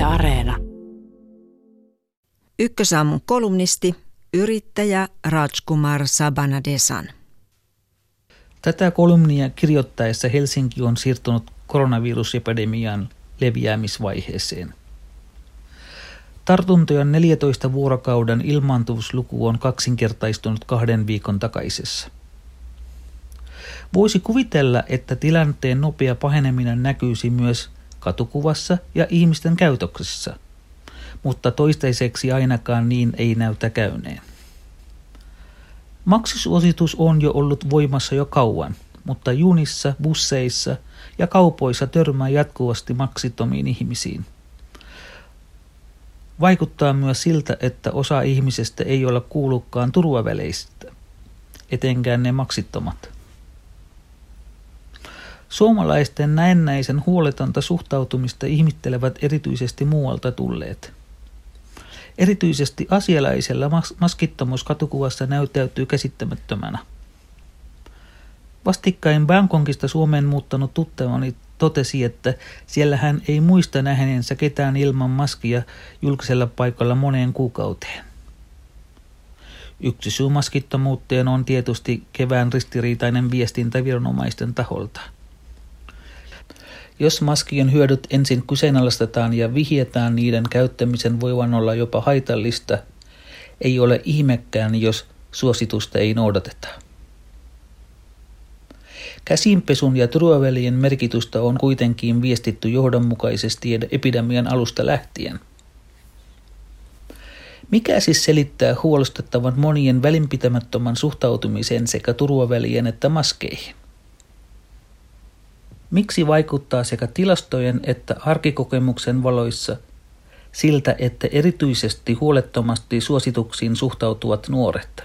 Areena. Ykkösaamun kolumnisti, yrittäjä Rajkumar Sabanadesan. Tätä kolumnia kirjoittaessa Helsinki on siirtynyt koronavirusepidemian leviämisvaiheeseen. Tartuntojen 14 vuorokauden ilmaantuvuusluku on kaksinkertaistunut 2 viikon takaisessa. Voisi kuvitella, että tilanteen nopea paheneminen näkyisi myös katukuvassa ja ihmisten käytöksessä, mutta ainakaan niin ei näytä käyneen. Maksusuositus on jo ollut voimassa jo kauan, mutta junissa, busseissa ja kaupoissa törmää jatkuvasti maksittomiin ihmisiin. Vaikuttaa myös siltä, että osa ihmisistä ei ole kuullutkaan turvaväleistä, etenkään ne maksittomat. Suomalaisten näennäisen huoletonta suhtautumista ihmettelevät erityisesti muualta tulleet. Erityisesti asialaisella maskittomuus katukuvassa näyttäytyy käsittämättömänä. Vastikkain Bangkokista Suomeen muuttanut tuttavani totesi, että siellä hän ei muista nähneensä ketään ilman maskia julkisella paikalla moneen kuukauteen. Yksi syy maskittomuuteen on tietysti kevään ristiriitainen viestintä viranomaisten taholta. Jos maskien hyödyt ensin kyseenalaistetaan ja vihjetään niiden käyttämisen voivan olla jopa haitallista, ei ole ihmekään, jos suositusta ei noudateta. Käsinpesun ja turvavälien merkitystä on kuitenkin viestitty johdonmukaisesti epidemian alusta lähtien. Mikä siis selittää huolestuttavan monien välinpitämättömän suhtautumisen sekä turvavälien että maskeihin? Miksi vaikuttaa sekä tilastojen että arkikokemuksen valoissa siltä, että erityisesti huolettomasti suosituksiin suhtautuvat nuoret?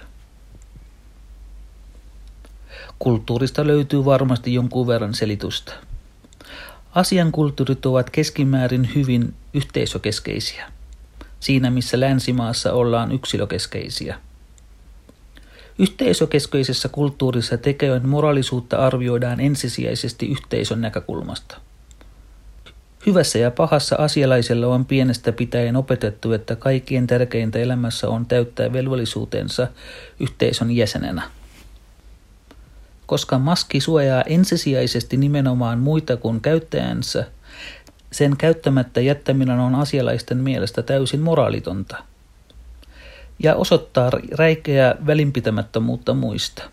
Kulttuurista löytyy varmasti jonkun verran selitystä. Asian kulttuurit ovat keskimäärin hyvin yhteisökeskeisiä, siinä missä länsimaassa ollaan yksilökeskeisiä. Yhteisökeskeisessä kulttuurissa tekojen moraalisuutta arvioidaan ensisijaisesti yhteisön näkökulmasta. Hyvässä ja pahassa asialaisella on pienestä pitäen opetettu, että kaikkien tärkeintä elämässä on täyttää velvollisuutensa yhteisön jäsenenä. Koska maski suojaa ensisijaisesti nimenomaan muita kuin käyttäjänsä, sen käyttämättä jättäminen on asialaisten mielestä täysin moraalitonta ja osoittaa räikeää välinpitämättömyyttä muista.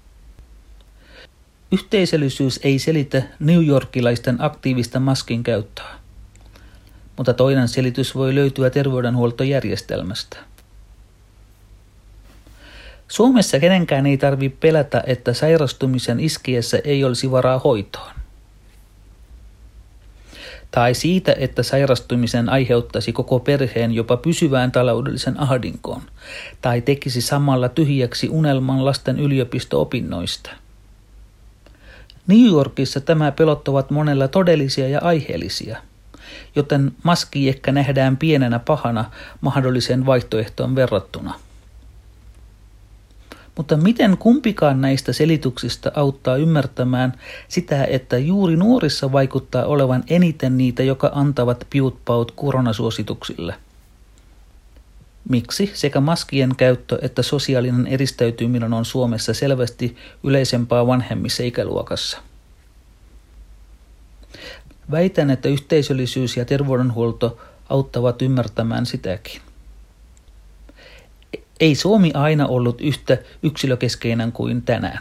Yhteisöllisyys ei selitä newyorkilaisten aktiivista maskin käyttöä, mutta toinen selitys voi löytyä terveydenhuoltojärjestelmästä. Suomessa kenenkään ei tarvitse pelätä, että sairastumisen iskiessä ei olisi varaa hoitoon. Tai siitä, että sairastumisen aiheuttaisi koko perheen jopa pysyvään taloudellisen ahdinkoon, tai tekisi samalla tyhjäksi unelman lasten yliopisto-opinnoista. New Yorkissa tämä pelot ovat monella todellisia ja aiheellisia, joten maski ehkä nähdään pienenä pahana mahdolliseen vaihtoehtoon verrattuna. Mutta miten kumpikaan näistä selityksistä auttaa ymmärtämään sitä, että juuri nuorissa vaikuttaa olevan eniten niitä, jotka antavat piutpaut koronasuosituksille? Miksi sekä maskien käyttö että sosiaalinen eristäytyminen on Suomessa selvästi yleisempää vanhemmissa ikäluokassa? Väitän, että yhteisöllisyys ja terveydenhuolto auttavat ymmärtämään sitäkin. Ei Suomi aina ollut yhtä yksilökeskeinen kuin tänään.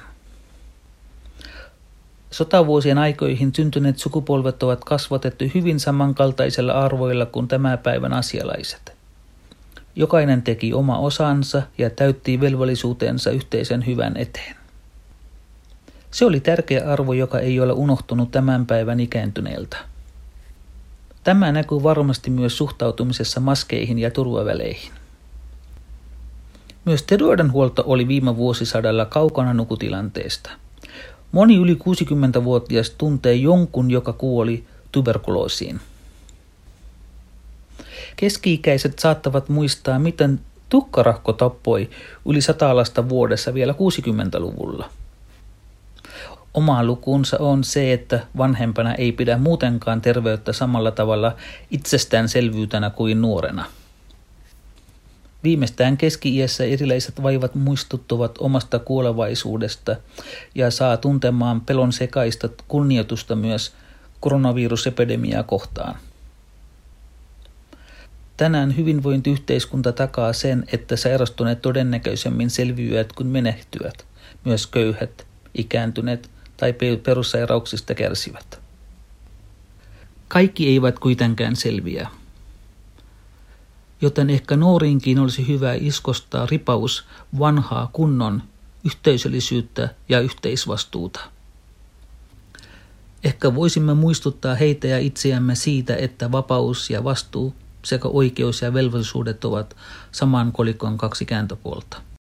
Sotavuosien aikoihin syntyneet sukupolvet ovat kasvatettu hyvin samankaltaisilla arvoilla kuin tämän päivän asialaiset. Jokainen teki oma osansa ja täytti velvollisuutensa yhteisen hyvän eteen. Se oli tärkeä arvo, joka ei ole unohtunut tämän päivän ikääntyneeltä. Tämä näkyy varmasti myös suhtautumisessa maskeihin ja turvaväleihin. Myös terveydenhuolto oli viime vuosisadalla kaukana nukutilanteesta. Moni yli 60-vuotias tuntee jonkun, joka kuoli tuberkuloosiin. Keski-ikäiset saattavat muistaa, miten tukkarahko tappoi yli 100 lasta vuodessa vielä 60-luvulla. Oma lukunsa on se, että vanhempana ei pidä muutenkaan terveyttä samalla tavalla itsestäänselvyytenä kuin nuorena. Viimeistään keski-iässä erilaiset vaivat muistuttavat omasta kuolevaisuudesta ja saa tuntemaan pelon sekaista kunnioitusta myös koronavirusepidemiaa kohtaan. Tänään hyvinvointiyhteiskunta takaa sen, että sairastuneet todennäköisemmin selviävät kuin menehtyvät, myös köyhät, ikääntyneet tai perussairauksista kärsivät. Kaikki eivät kuitenkaan selviä, joten ehkä nuoriinkin olisi hyvä iskostaa ripaus vanhaa kunnon yhteisöllisyyttä ja yhteisvastuuta. Ehkä voisimme muistuttaa heitä ja itseämme siitä, että vapaus ja vastuu sekä oikeus ja velvollisuudet ovat saman kolikon kaksi kääntöpuolta.